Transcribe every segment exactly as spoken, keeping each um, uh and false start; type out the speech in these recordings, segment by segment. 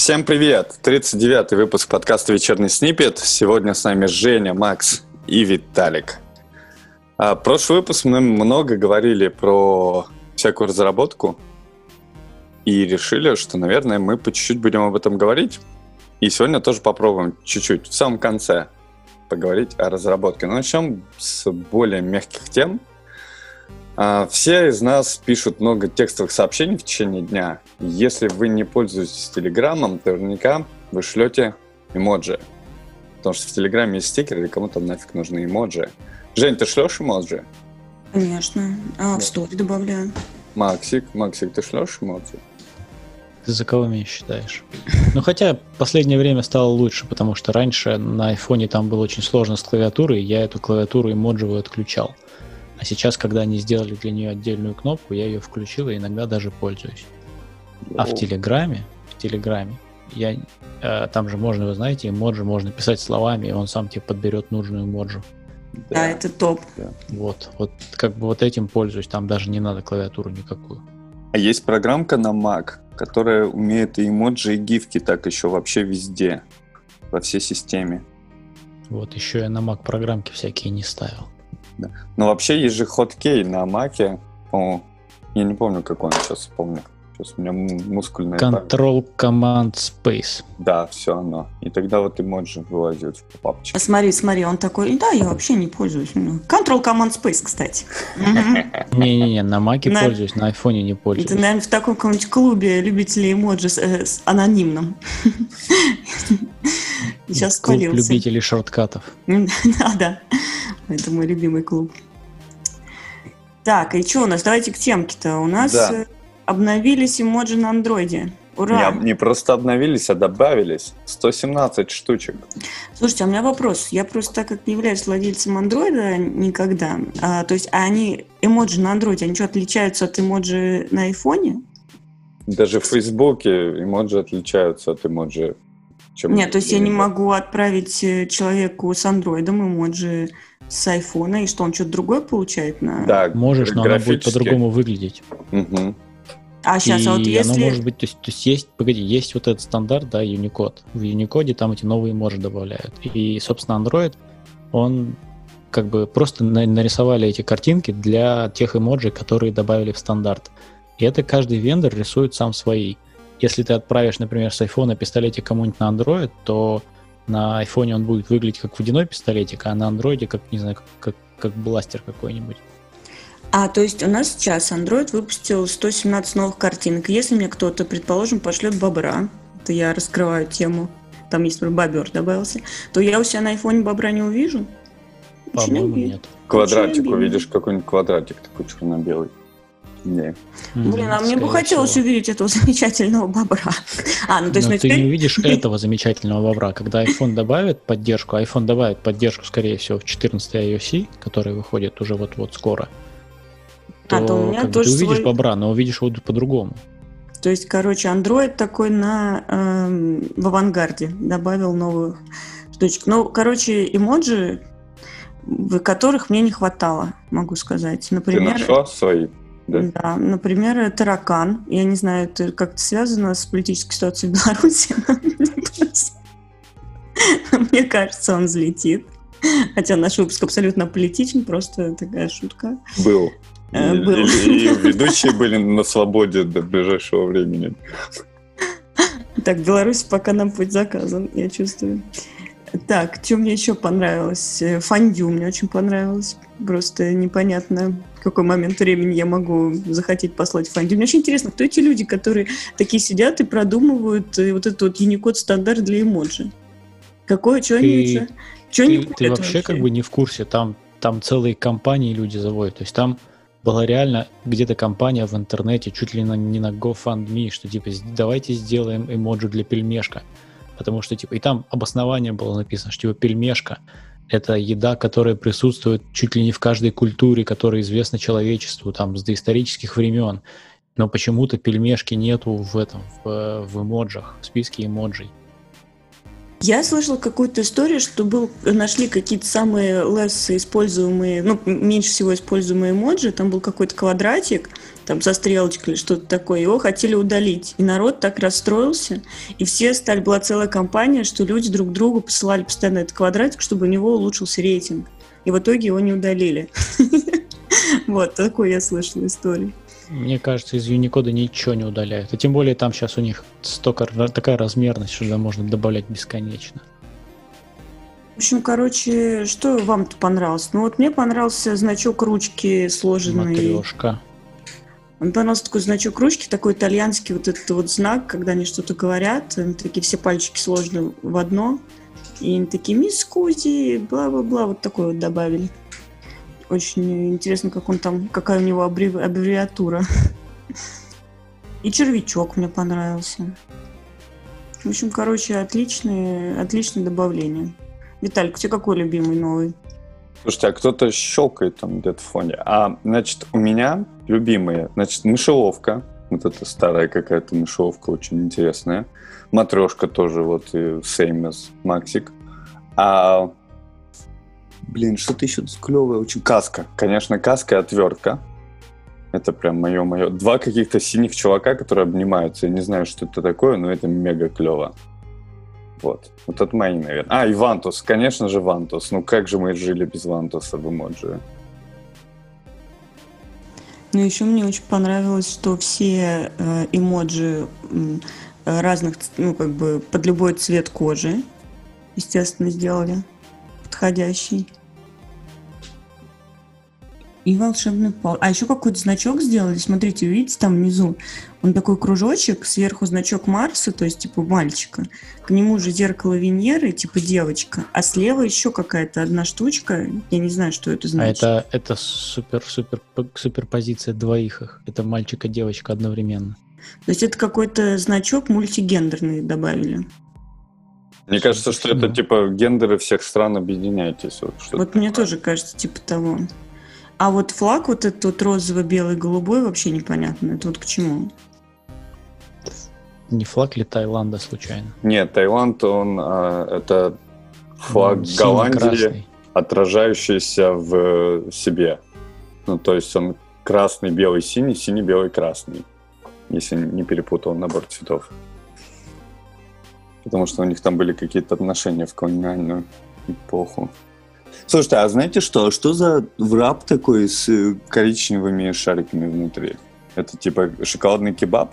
Всем привет! тридцать девятый выпуск подкаста «Вечерний сниппет». Сегодня с нами Женя, Макс и Виталик. А, прошлый выпуск мы много говорили про всякую разработку и решили, что, наверное, мы по чуть-чуть будем об этом говорить. И сегодня тоже попробуем чуть-чуть в самом конце поговорить о разработке. Но начнем с более мягких тем. А, все из нас пишут много текстовых сообщений в течение дня. Если вы не пользуетесь Телеграмом, то наверняка вы шлете эмоджи. Потому что в Телеграме есть стикеры, и кому-то нафиг нужны эмоджи. Жень, ты шлешь эмоджи? Конечно. А в стори добавляю. Максик, Максик, ты шлешь эмоджи? Ты за кого меня считаешь? Ну, хотя в последнее время стало лучше, потому что раньше на айфоне там было очень сложно с клавиатурой, я эту клавиатуру эмоджевую отключал. А сейчас, когда они сделали для нее отдельную кнопку, я ее включил и иногда даже пользуюсь. А в Телеграме, в Телеграме, я, э, там же можно, вы знаете, эмоджи можно писать словами, и он сам тебе подберет нужную эмоджи. Да, да, это топ. Да. Вот, вот как бы вот этим пользуюсь, там даже не надо клавиатуру никакую. А есть программка на Mac, которая умеет и эмоджи, и гифки так еще вообще везде, во всей системе. Вот, еще я на Mac программки всякие не ставил. Да. Но вообще есть же хоткей на Маке. О, я не помню, какой он, сейчас помню. Сейчас у меня мускульная... Control Command Space. Да, все оно. И тогда вот эмоджи вылазят в попапчик. А смотри, смотри, он такой, да, я вообще не пользуюсь. Control Command Space, кстати. Не-не-не, на Маке пользуюсь, на айфоне не пользуюсь. Ты, наверное, в таком каком-нибудь клубе любителей эмоджи с анонимным. Сейчас спалился. Клуб любителей шорткатов. Да, да. Это мой любимый клуб. Так, и что у нас? Давайте к темке-то. У нас да. обновились эмоджи на андроиде. Ура! Не, не просто обновились, а добавились. сто семнадцать штучек. Слушайте, а у меня вопрос. Я просто так как не являюсь владельцем андроида никогда. А, то есть, а они, эмоджи на андроиде, они что, отличаются от эмоджи на айфоне? Даже в Фейсбуке эмоджи отличаются от эмоджи. Нет, то есть я не могу отправить человеку с андроидом эмоджи с айфона, и что, он что-то другое получает? На... Да, можешь, но она будет по-другому выглядеть. Угу. А сейчас, и а вот если... оно может быть, то есть, то есть есть, погоди, есть вот этот стандарт, да, Unicode. В Unicode там эти новые эмоджи добавляют. И, собственно, Android, он как бы просто нарисовали эти картинки для тех эмоджи, которые добавили в стандарт. И это каждый вендор рисует сам свои. Если ты отправишь, например, с айфона пистолетик кому-нибудь на Android, то на айфоне он будет выглядеть как водяной пистолетик, а на андроиде как, не знаю, как, как, как бластер какой-нибудь. А, то есть у нас сейчас Android выпустил сто семнадцать новых картинок. Если мне кто-то, предположим, пошлет бобра, то я раскрываю тему, там есть, например, бобер добавился, то я у себя на айфоне бобра не увижу? По-моему, нет. Квадратик увидишь, какой-нибудь квадратик такой черно-белый. Не. Блин, а мне бы хотелось всего. увидеть этого замечательного бобра. А, ну, то есть, Но ну, ты теперь... не увидишь этого замечательного бобра. Когда iPhone добавит поддержку, iPhone добавит поддержку, скорее всего, в четырнадцатой iOS, который выходит уже вот-вот скоро, то, а, то у меня как бы, тоже ты увидишь свой... бобра, но увидишь его по-другому. То есть, короче, Android такой на э, в авангарде добавил новых штучек. Ну, короче, эмоджи, в которых мне не хватало, могу сказать. Например, ты нашла свои? Да. да, например, таракан. Я не знаю, это как-то связано с политической ситуацией в Беларуси. Мне кажется, он взлетит. Хотя наш выпуск абсолютно политичен, просто такая шутка. Был. А, и, был. И, и ведущие были на свободе до ближайшего времени. Так, в Беларуси пока нам путь заказан, я чувствую. Так, что мне еще понравилось? Фондю мне очень понравилось. Просто непонятно, в какой момент времени я могу захотеть послать фондю. Мне очень интересно, кто эти люди, которые такие сидят и продумывают вот этот вот Unicode стандарт для эмоджи? Какое, что они... Что они ты, ты вообще, вообще как бы не в курсе, там, там целые компании люди заводят. То есть там была реально где-то компания в интернете, чуть ли не на GoFundMe, что типа давайте сделаем эмоджи для пельмешка. Потому что, типа, и там обоснование было написано, что, типа, пельмешка — это еда, которая присутствует чуть ли не в каждой культуре, которая известна человечеству, там, с доисторических времен. Но почему-то пельмешки нету в этом, в, в эмоджах, в списке эмоджей. Я слышала какую-то историю, что был, нашли какие-то самые less используемые, ну, меньше всего используемые эмоджи, там был какой-то квадратик, там со стрелочкой или что-то такое, его хотели удалить. И народ так расстроился, и все стали, была целая кампания, что люди друг другу посылали постоянно этот квадратик, чтобы у него улучшился рейтинг. И в итоге его не удалили. Вот, такую я слышала историю. Мне кажется, из Unicode ничего не удаляют. И тем более там сейчас у них столько, такая размерность, что туда можно добавлять бесконечно. В общем, короче, что вам-то понравилось? Ну вот мне понравился значок ручки сложенный. Матрешка. Мне понравился такой значок ручки, такой итальянский вот этот вот знак, когда они что-то говорят, они такие все пальчики сложены в одно, и они такие «Мисс Кузи», бла-бла-бла, вот такой вот добавили. Очень интересно, как он там, какая у него аббреви- аббревиатура. И червячок мне понравился. В общем, короче, отличные, отличные добавления. Виталик, у тебя какой любимый новый? Слушайте, а кто-то щелкает там где-то в фоне. А, значит, у меня любимые, значит, мышеловка. Вот эта старая какая-то мышеловка, очень интересная. Матрешка тоже, вот, и same as Максик. А... Блин, что-то еще клевое очень. Каска. Конечно, каска и отвертка. Это прям мое-мое. Два каких-то синих чувака, которые обнимаются. Я не знаю, что это такое, но это мега клево. Вот. Вот это мои, наверное. А, и Вантус. Конечно же, Вантус. Ну как же мы жили без Вантуса в эмоджи? Ну, еще мне очень понравилось, что все э, эмоджи э, разных, ну, как бы под любой цвет кожи, естественно, сделали подходящий. И волшебный пал. А еще какой-то значок сделали. Смотрите, видите, там внизу он такой кружочек, сверху значок Марса, то есть типа мальчика. К нему же зеркало Венеры, типа девочка. А слева еще какая-то одна штучка. Я не знаю, что это значит. А это, это супер-супер суперпозиция двоих их. Это мальчик и девочка одновременно. То есть это какой-то значок мультигендерный добавили. Мне кажется, что это типа гендеры всех стран объединяйтесь. Вот, вот мне тоже кажется, типа того. А вот флаг вот этот вот розовый, белый, голубой вообще непонятно. Это вот к чему? Не флаг ли Таиланда случайно? Нет, Таиланд, он а, это флаг ну, Голландии, синий-красный. отражающийся в себе. Ну, то есть он красный, белый, синий, синий, белый, красный. Если не перепутал набор цветов. Потому что у них там были какие-то отношения в колониальную эпоху. Слушайте, а знаете что? Что за врап такой с коричневыми шариками внутри? Это типа шоколадный кебаб?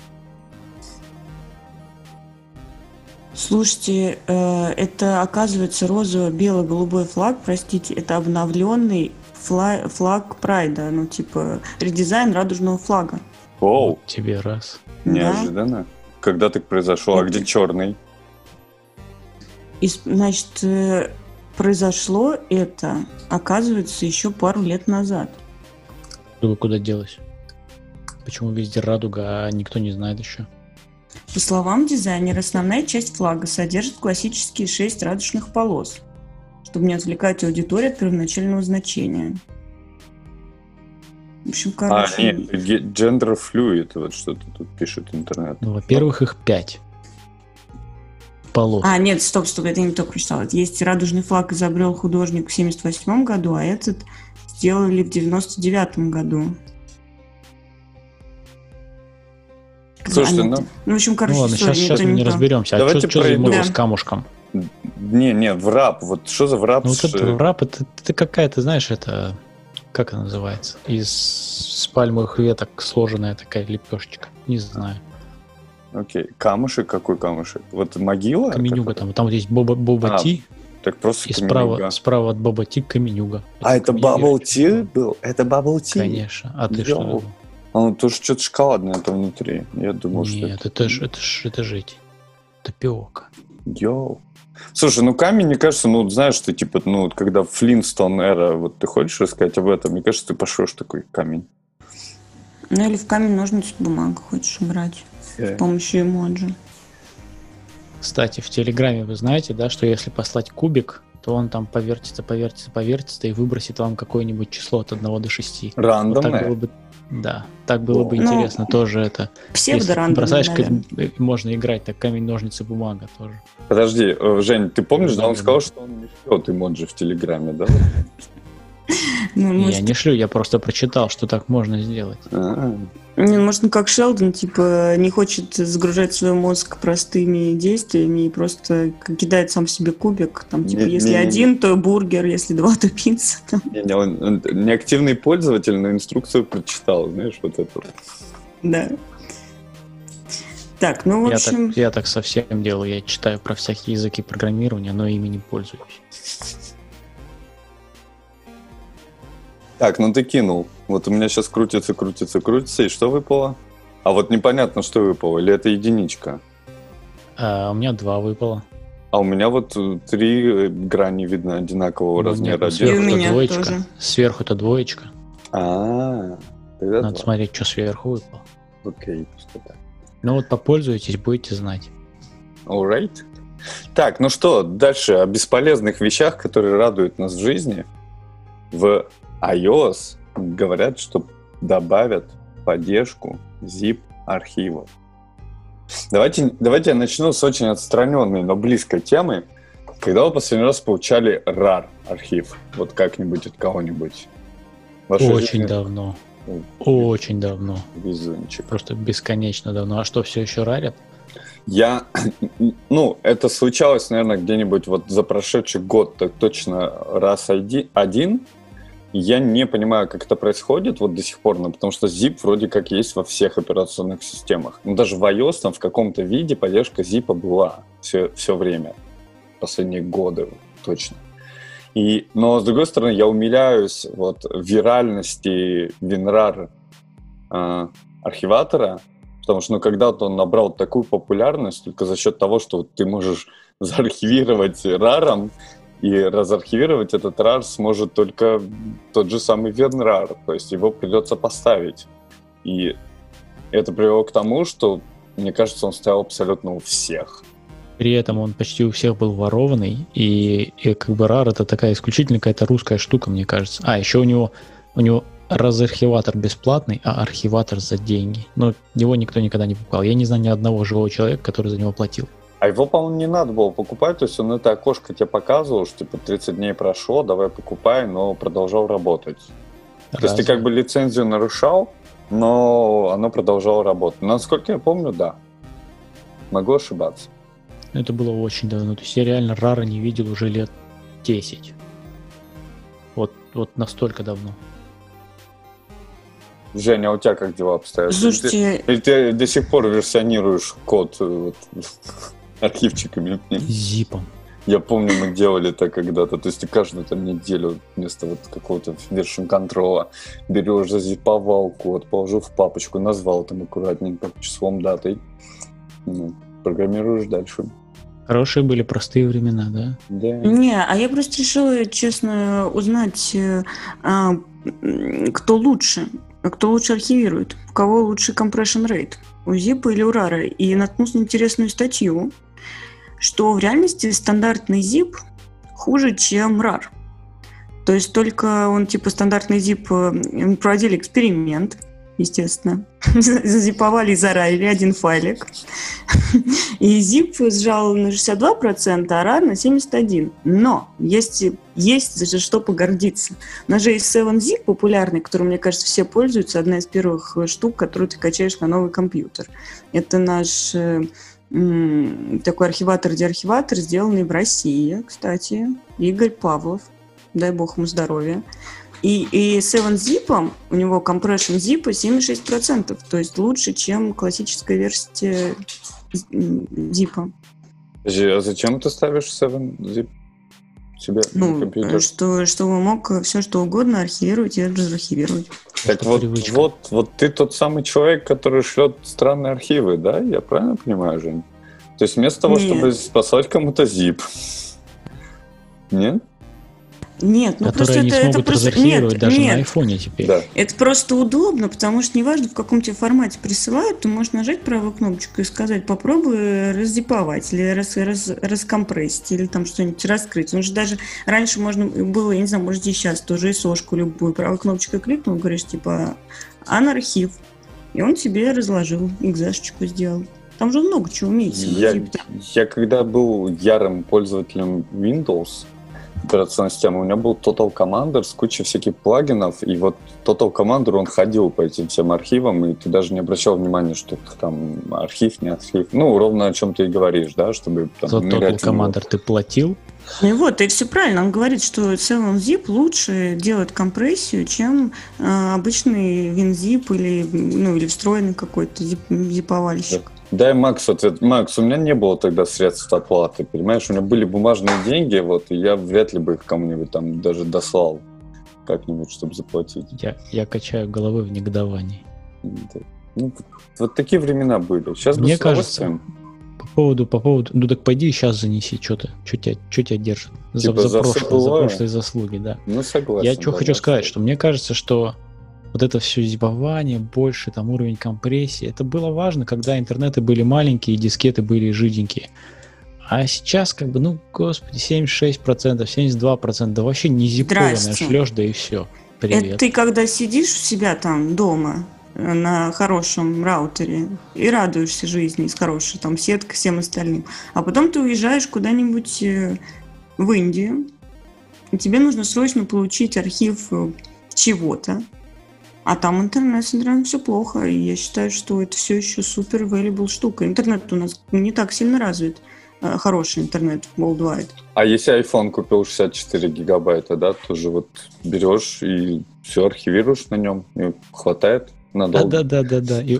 Слушайте, э, это оказывается розово-бело-голубой флаг, простите, это обновленный фла- флаг Прайда, ну типа редизайн радужного флага. Оу, Вот тебе раз. неожиданно. Да? Когда так произошло? Это... А где черный? И, значит, э, произошло это, оказывается, еще пару лет назад. Радуга куда делась? Почему везде радуга, а никто не знает еще? По словам дизайнера, основная часть флага содержит классические шесть радужных полос, чтобы не отвлекать аудиторию от первоначального значения. В общем, короче... А, нет, gender fluid, вот что-то тут пишет интернет. Ну, во-первых, их пять полос. А, нет, стоп, стоп, это я не то прочитала. Есть радужный флаг изобрел художник в семьдесят восьмом году, а этот сделали в девяносто девятом году. Слушайте, ну... Ну, в общем, короче, ну ладно, сейчас, сейчас мы не не разберемся. А что, что за эмоджи да. с камушком? Не, не, врап. Вот что за врап? Ну, вот это врап, это, это какая-то, знаешь, это... Как она называется? Из с пальмовых веток сложенная такая лепешечка. Не знаю. Окей. Камушек? Какой камушек? Вот могила? Каменюга там. Там вот есть Боба, Боба а, Ти. Так просто и справа, справа от Боба Ти каменюга. А это Бабл Ти был? Это Бабл Ти? Конечно. А ты Йоу. Что думал? А ну тоже что-то шоколадное там внутри. Я думал, Нет, что это... это ж это ж это жить. Тапиока. Йоу. Слушай, ну камень, мне кажется, ну, знаешь, ты типа, ну, когда Флинстон эра, вот ты хочешь рассказать об этом, мне кажется, ты пошлешь такой камень. Ну, или в камень, ножницы, бумага хочешь играть yeah. с помощью эмоджи. Кстати, в Телеграме вы знаете, да, что если послать кубик, то он там повертится, повертится, повертится и выбросит вам какое-нибудь число от одного до шести. Рандомное? Вот так было бы... Да, так было бы Ну, интересно тоже это. Если Псевдорандом, бросаешь, наверное. как- можно играть так камень, ножницы, бумага тоже. Подожди, э, Жень, ты помнишь, да, он Да, сказал, да. что он не шлет эмоджи в Телеграме, да? Ну, Я может, не шлю, я просто прочитал, что так можно сделать. А, не, может, он как Шелдон, типа, не хочет загружать свой мозг простыми действиями и просто к- кидает сам себе кубик. Там, типа, Не- если не- не- один, то бургер, если два, то пицца. Там. Не, он, он не активный пользователь, но инструкцию прочитал, знаешь, вот это. Да. Так, ну, в Я общем... так, я так совсем делаю, я читаю про всякие языки программирования, но ими не пользуюсь. Так, ну ты кинул. Вот у меня сейчас крутится, крутится, крутится, и что выпало? А вот непонятно, что выпало, или это единичка. А у меня два выпало. А у меня вот э, три э, грани видно одинакового Ну, размера. нет, И у сверху это меня двоечка. тоже. Сверху это двоечка. А, тогда Надо два. смотреть, что сверху выпало. Окей, что так. Ну вот попользуйтесь, будете знать. Alright. Так, ну что, дальше о бесполезных вещах, которые радуют нас в жизни. В iOS говорят, что добавят поддержку zip-архивов. Давайте, давайте я начну с очень отстраненной, но близкой темы. Когда вы последний раз получали рар архив? Вот как-нибудь от кого-нибудь? Ваша Очень жизнь- давно. О, Очень давно. везунчик. Просто бесконечно давно. А что, все еще рарят? Я, ну, это случалось, наверное, где-нибудь вот за прошедший год, так точно раз оди- один. Я не понимаю, как это происходит вот до сих пор, ну, потому что zip вроде как есть во всех операционных системах. Ну, даже в iOS там в каком-то виде поддержка zip была все, все время, последние годы точно. И, но, с другой стороны, я умиляюсь вот виральности WinRAR э, архиватора, потому что ну, когда-то он набрал такую популярность только за счет того, что вот ты можешь заархивировать раром, и разархивировать этот рар сможет только тот же самый WinRAR, то есть его придется поставить. И это привело к тому, что, мне кажется, он стоял абсолютно у всех. При этом он почти у всех был ворованный, и, и как бы рар это такая исключительно какая-то русская штука, мне кажется. А, еще у него, у него разархиватор бесплатный, а архиватор за деньги. Но его никто никогда не покупал. Я не знаю ни одного живого человека, который за него платил. А его, по-моему, не надо было покупать, то есть он это окошко тебе показывал, что типа тридцать дней прошло, давай покупай, но продолжал работать. То есть ты Разве? как бы лицензию нарушал, но оно продолжало работать. Но, насколько я помню, да. Могу ошибаться. Это было очень давно. То есть я реально рара не видел уже лет десять. Вот, вот настолько давно. Женя, а у тебя как дела обстоят? Слушайте, Или ты, или ты до сих пор версионируешь код э, вот, архивчиками? Зипом. Я помню, мы делали это когда-то. То есть ты каждую там неделю вместо вот какого-то version контрола берешь, зазиповал код, положил в папочку, назвал там аккуратненько числом, датой. Ну, программируешь дальше. Хорошие были простые времена, да? Да. не, а я просто решила, честно, узнать, э, а, м, кто лучше, кто лучше архивирует, у кого лучше compression rate, у zip или у рара. И наткнулась на интересную статью, что в реальности стандартный zip хуже, чем рар. То есть только он, типа, стандартный zip, э, проводили эксперимент, естественно, зазиповали и зарарили один файлик. И zip сжал на шестьдесят два процента, а рар на семьдесят один процент. Но есть, есть за что погордиться. У нас же есть севен зип популярный, которым, мне кажется, все пользуются. Одна из первых штук, которую ты качаешь на новый компьютер. Это наш э, м, такой архиватор-деархиватор, сделанный в России, кстати. Игорь Павлов. Дай бог ему здоровья. И, и севен зип, у него compression zip семьдесят шесть процентов, то есть лучше, чем классическая версия zip. А зачем ты ставишь севен зип себе на Ну, компьютер? что, чтобы мог все что угодно архивировать и разархивировать. Так Это вот, привычка. вот, вот ты тот самый человек, который шлет странные архивы, да? Я правильно понимаю, Жень? То есть вместо того, Нет. чтобы спасать кому-то zip. Нет? Нет, ну просто которые не это, это смогут просто... разархивировать Нет, даже нет. на айфоне теперь. Да. Это просто удобно, потому что неважно, в каком тебе формате присылают, ты можешь нажать правую кнопочку и сказать, попробуй раззиповать или раз, раз, раскомпрессить, или там что-нибудь раскрыть. Ну же даже раньше можно было, я не знаю, может и сейчас тоже эсошку любую правой кнопочкой кликнул, говоришь, типа, Unarchive. И он тебе разложил, экзешечку сделал. Там же много чего умеется. Я, я когда был ярым пользователем Windows операционной системы, у меня был Total Commander с кучей всяких плагинов, и вот Total Commander, он ходил по этим всем архивам, и ты даже не обращал внимания, что это там архив, не архив. Ну, ровно о чем ты и говоришь, да, чтобы... Там, за Total Commander ты платил? Ну вот, и все правильно. Он говорит, что севен зип лучше делает компрессию, чем э, обычный WinZip или, ну, или встроенный какой-то зип, зиповальщик. Дай Максу ответ. Макс, у меня не было тогда средств оплаты, понимаешь? У меня были бумажные деньги, вот, и я вряд ли бы их кому-нибудь там даже дослал как-нибудь, чтобы заплатить. Я, я качаю головой в негодовании. Да. Ну, вот такие времена были. Сейчас Мне кажется, по поводу, по поводу... Ну так пойди сейчас занеси, что ты, что тебя, что тебя держит? Типа за, за, за прошлое, за прошлые заслуги, да. Ну, согласен. Я что да, хочу да, сказать, да. что мне кажется, что вот это все зипование, больше там уровень компрессии, это было важно, когда интернеты были маленькие, дискеты были жиденькие. А сейчас, как бы, ну, господи, семьдесят шесть процентов, семьдесят два процента, да вообще не зипованное шлёшь, да и все. Привет. Это ты когда сидишь у себя там дома на хорошем раутере и радуешься жизни с хорошей там сеткой, всем остальным, а потом ты уезжаешь куда-нибудь в Индию, и тебе нужно срочно получить архив чего-то, а там интернет с интернетом все плохо, и я считаю, что это все еще супер valuable штука. Интернет у нас не так сильно развит, хороший интернет worldwide. А если iPhone купил шестьдесят четыре гигабайта, да, тоже вот берешь и все архивируешь на нем, и хватает надолго. Да-да-да-да-да. И...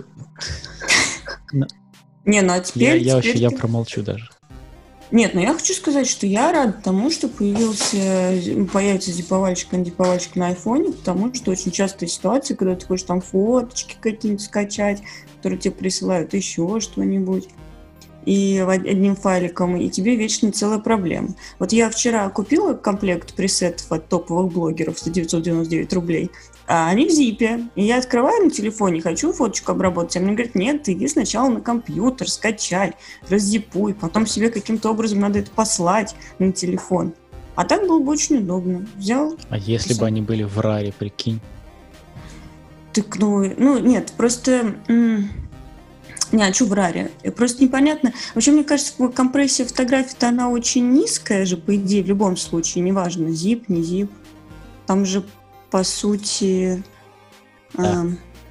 Не, ну а теперь... Я, я теперь вообще я ты... промолчу даже. Нет, но я хочу сказать, что я рада тому, что появился, появится зиповальщик, андиповальщик на айфоне, потому что очень частые ситуации, когда ты хочешь там фоточки какие-нибудь скачать, которые тебе присылают, еще что-нибудь, и одним файликом, и тебе вечно целая проблема. Вот я вчера купила комплект пресетов от топовых блогеров за девятьсот девяносто девять рублей, а они в зипе. И я открываю на телефоне, хочу фоточку обработать, а мне говорят, нет, ты иди сначала на компьютер, скачай, раззипуй, потом себе каким-то образом надо это послать на телефон. А так было бы очень удобно. Взял. А если все. бы они были в раре, прикинь? Так, ну, ну нет, просто... М- Не, а что в раре? Просто непонятно. Вообще, мне кажется, компрессия фотографий-то она очень низкая же, по идее, в любом случае. Неважно, zip, не zip. Там же, по сути... Да. Э,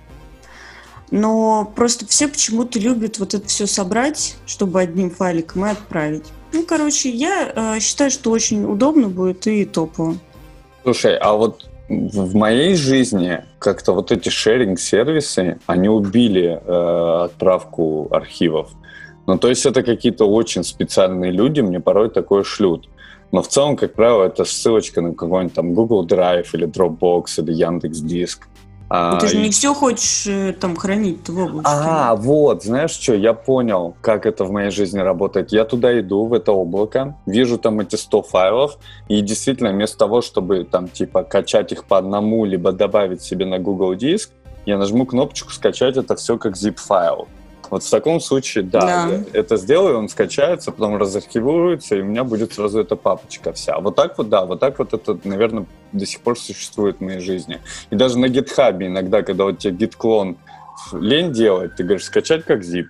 но просто все почему-то любят вот это все собрать, чтобы одним файликом и отправить. Ну, короче, я э, считаю, что очень удобно будет и топово. Слушай, а вот в моей жизни как-то вот эти шеринг-сервисы, они убили э, отправку архивов. Ну, то есть это какие-то очень специальные люди, мне порой такое шлют. Но в целом, как правило, это ссылочка на какой-нибудь там Google Drive или Dropbox или Яндекс.Диск. А, ты же и... не все хочешь там хранить в облачке. А, вот, знаешь что, я понял, как это в моей жизни работает. Я туда иду, в это облако, вижу там эти сто файлов, и действительно вместо того, чтобы там типа качать их по одному, либо добавить себе на Google Диск, я нажму кнопочку «Скачать это все как zip-файл». Вот в таком случае, да, Да. я это сделаю, он скачается, потом разархивируется, и у меня будет сразу эта папочка вся. Вот так вот, да, вот так вот это, наверное, до сих пор существует в моей жизни. И даже на GitHub иногда, когда вот тебе git-клон лень делать, ты говоришь «скачать как zip».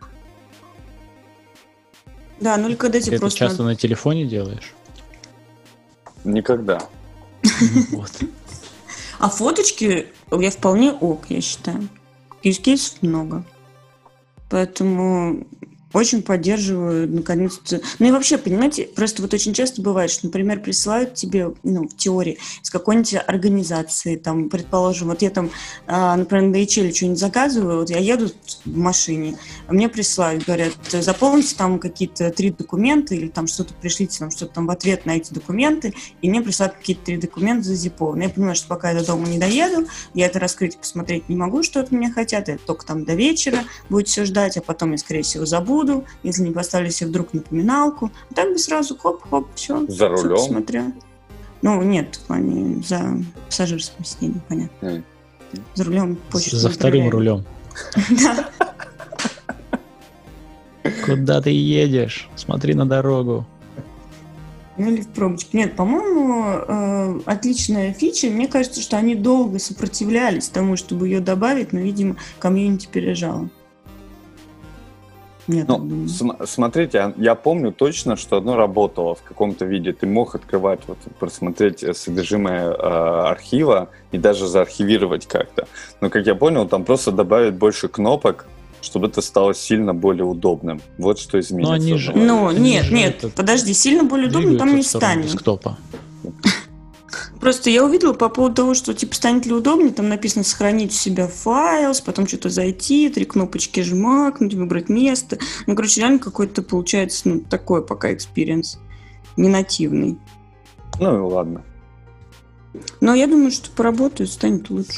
Да, ну или когда тебе Ты это просто... часто на телефоне делаешь? Никогда. Вот. А фоточки я вполне ок, я считаю. Use-кейсов много. Поэтому очень поддерживаю, наконец-то. Ну и вообще, понимаете, просто вот очень часто бывает, что, например, присылают тебе, ну, в теории, из какой-нибудь организации, там, предположим, вот я там, например, на ди эйч эл что-нибудь заказываю, вот я еду в машине, а мне присылают, говорят, заполните там какие-то три документа или там что-то пришлите, там что-то там в ответ на эти документы, и мне присылают какие-то три документа зазипованные. Я понимаю, что пока я до дома не доеду, я это раскрыть и посмотреть не могу, что от меня хотят, это только там до вечера будет все ждать, а потом я, скорее всего, забуду, если не поставлю себе вдруг напоминалку. А так бы сразу хоп-хоп, все. За рулем? Смотря. Ну, нет, в плане за пассажирским сиденьем, понятно. Mm. За рулем почту За вторым рулем. Да. Куда ты едешь? Смотри на дорогу. Ну или в пробочке. Нет, по-моему, э, отличная фича. Мне кажется, что они долго сопротивлялись тому, чтобы ее добавить, но, видимо, комьюнити пережало. Я так Ну, думаю. см- смотрите, я, я помню точно, что одно работало в каком-то виде. Ты мог открывать, вот, просмотреть э, содержимое э, архива и даже заархивировать как-то. Но, как я понял, там просто добавить больше кнопок, чтобы это стало сильно более удобным. Вот что изменится. Но они же- в новой Ну, версии. Они нет, же нет, этот, подожди, сильно более удобно там двигаются не в сторону станет. десктопа. Просто я увидела по поводу того, что типа станет ли удобнее, там написано сохранить у себя файл, потом что-то зайти, три кнопочки жмакнуть, выбрать место. Ну, короче, реально какой-то получается, ну, такой пока экспириенс, не нативный. Ну и ладно. Но я думаю, что поработаю, станет лучше.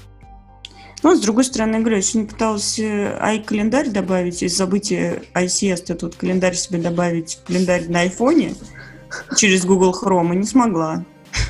Ну, с другой стороны, я говорю, я сегодня пыталась э, ай-календарь добавить, из забытия iSiesta, этот календарь себе добавить в календарь на айфоне через Google Chrome, и не смогла.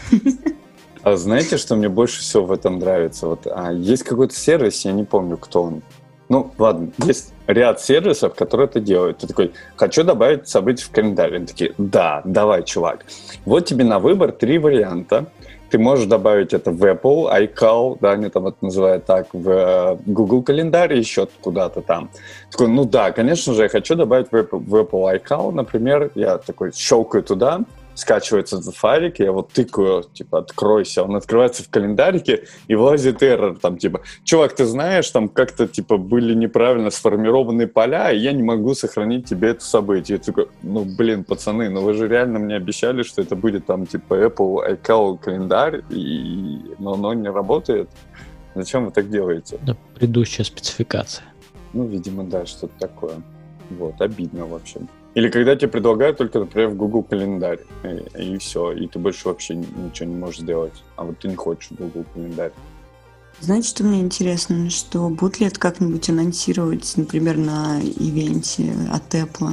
А знаете, что мне больше всего в этом нравится? Вот, а, есть какой-то сервис, я не помню, кто он. Ну, ладно, есть ряд сервисов, которые это делают. Ты такой, хочу добавить события в календарь. Они такие, да, давай, чувак. Вот тебе на выбор три варианта. Ты можешь добавить это в Apple, iCal, да, они там это называют так, в э, Google календарь, еще куда-то там. Такой, ну да, конечно же, я хочу добавить в Apple, в Apple iCal, например. Я такой щелкаю туда, скачивается этот файлик, я вот тыкаю, типа, откройся, он открывается в календарике, и вылазит эррор, там, типа, чувак, ты знаешь, там как-то, типа, были неправильно сформированы поля, и я не могу сохранить тебе это событие. Я такой, ну, блин, пацаны, ну вы же реально мне обещали, что это будет, там, типа, Apple iCal календарь, и... но оно не работает. Зачем вы так делаете? Да, предыдущая спецификация. Ну, видимо, да, что-то такое. Вот, обидно, в общем. Или когда тебе предлагают только, например, в Google календарь, и, и все, и ты больше вообще ничего не можешь сделать. А вот ты не хочешь в Google календарь. Знаете, что мне интересно, что будут ли это как-нибудь анонсировать, например, на ивенте от Apple?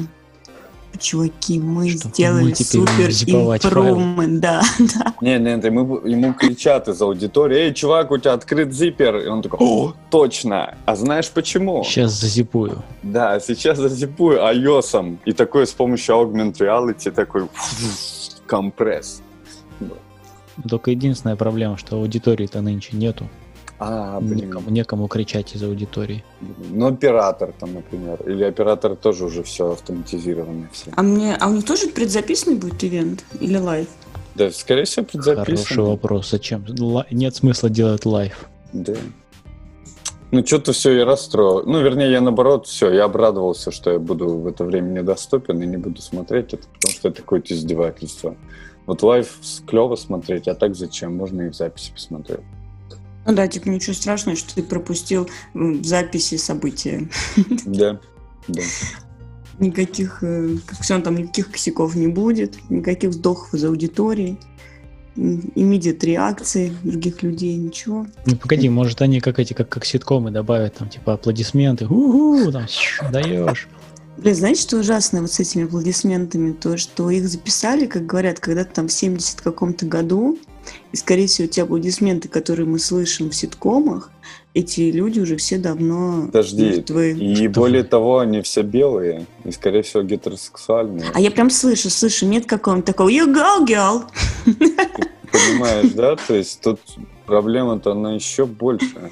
Чуваки, мы Что сделали мы теперь супер будем зиповать импрувмент, да, да. Не, не, это ему, ему кричат из аудитории, эй, чувак, у тебя открыт зиппер. И он такой, о, точно. А знаешь почему? Сейчас зазипую. Да, сейчас зазипую iOS. И такой с помощью Augmented Reality такой компресс. Только единственная проблема, что аудитории-то нынче нету. А, блин. Некому, некому кричать из аудитории. Ну, оператор там, например. Или оператор тоже уже все автоматизировано. Все. А мне, а у них тоже предзаписанный будет ивент или лайв? Да, скорее всего, предзаписано. Хороший вопрос. Зачем? Ла- Нет смысла делать лайв. Да. Ну, что-то все я расстроил. Ну, вернее, я наоборот, все, я обрадовался, что я буду в это время недоступен и не буду смотреть это, потому что это какое-то издевательство. Вот лайв клево смотреть, а так зачем? Можно и в записи посмотреть. Ну да, типа ничего страшного, что ты пропустил м, в записи события. Да, да. Никаких, э, как все там, никаких косяков не будет, никаких вздохов из аудитории, иммедиат реакции других людей, ничего. Ну, погоди, может они как эти, как, как ситкомы добавят, там, типа, аплодисменты, у-ху, там, даешь. Блин, знаете, что ужасно вот с этими аплодисментами? То, что их записали, как говорят, когда-то там в семидесятом каком-то году, и, скорее всего, те аплодисменты, которые мы слышим в ситкомах, эти люди уже все давно Подожди, мертвы. и Что более вы? того, они все белые, и, скорее всего, гетеросексуальные. А я прям слышу, слышу, нет какого-нибудь такого «You go, girl!» Понимаешь, да? То есть тут проблема-то, она еще больше.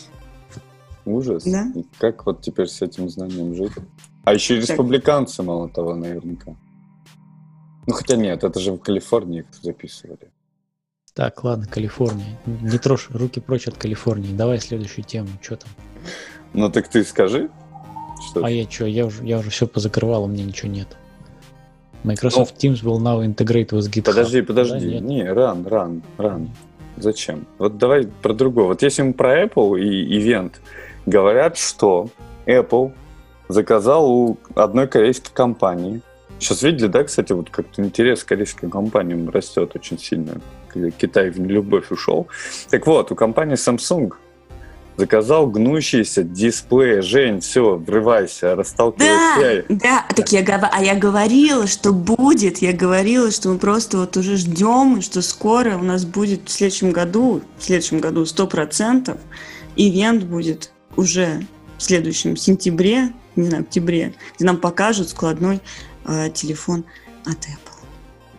Ужас. Да. И как вот теперь с этим знанием жить? А еще и Так. республиканцы, мало того, наверняка. Ну, хотя нет, это же в Калифорнии их записывали. Так, ладно, Калифорния. Не трожь, руки прочь от Калифорнии. Давай следующую тему. Что там? Ну, так ты скажи. Что? А я что? Я уже, я уже все позакрывал, у меня ничего нет. Microsoft Teams will now integrate with GitHub. Подожди, Да, подожди. нет? Не, ран, ран, ран. Зачем? Вот давай про другое. Вот если мы про Apple и ивент, говорят, что Apple заказал у одной корейской компании. Сейчас видели, да, кстати, вот как-то интерес к корейским компаниям растет очень сильно. Когда Китай в нелюбовь ушел. Так вот, у компании Samsung заказал гнущийся дисплей. Жень, все, врывайся, расталкивайся. Да, да, так я, гова- а я говорила, что будет, я говорила, что мы просто вот уже ждем, и что скоро у нас будет в следующем году, в следующем году сто процентов ивент будет уже в следующем сентябре, не знаю, октябре, где нам покажут складной э, телефон от Apple.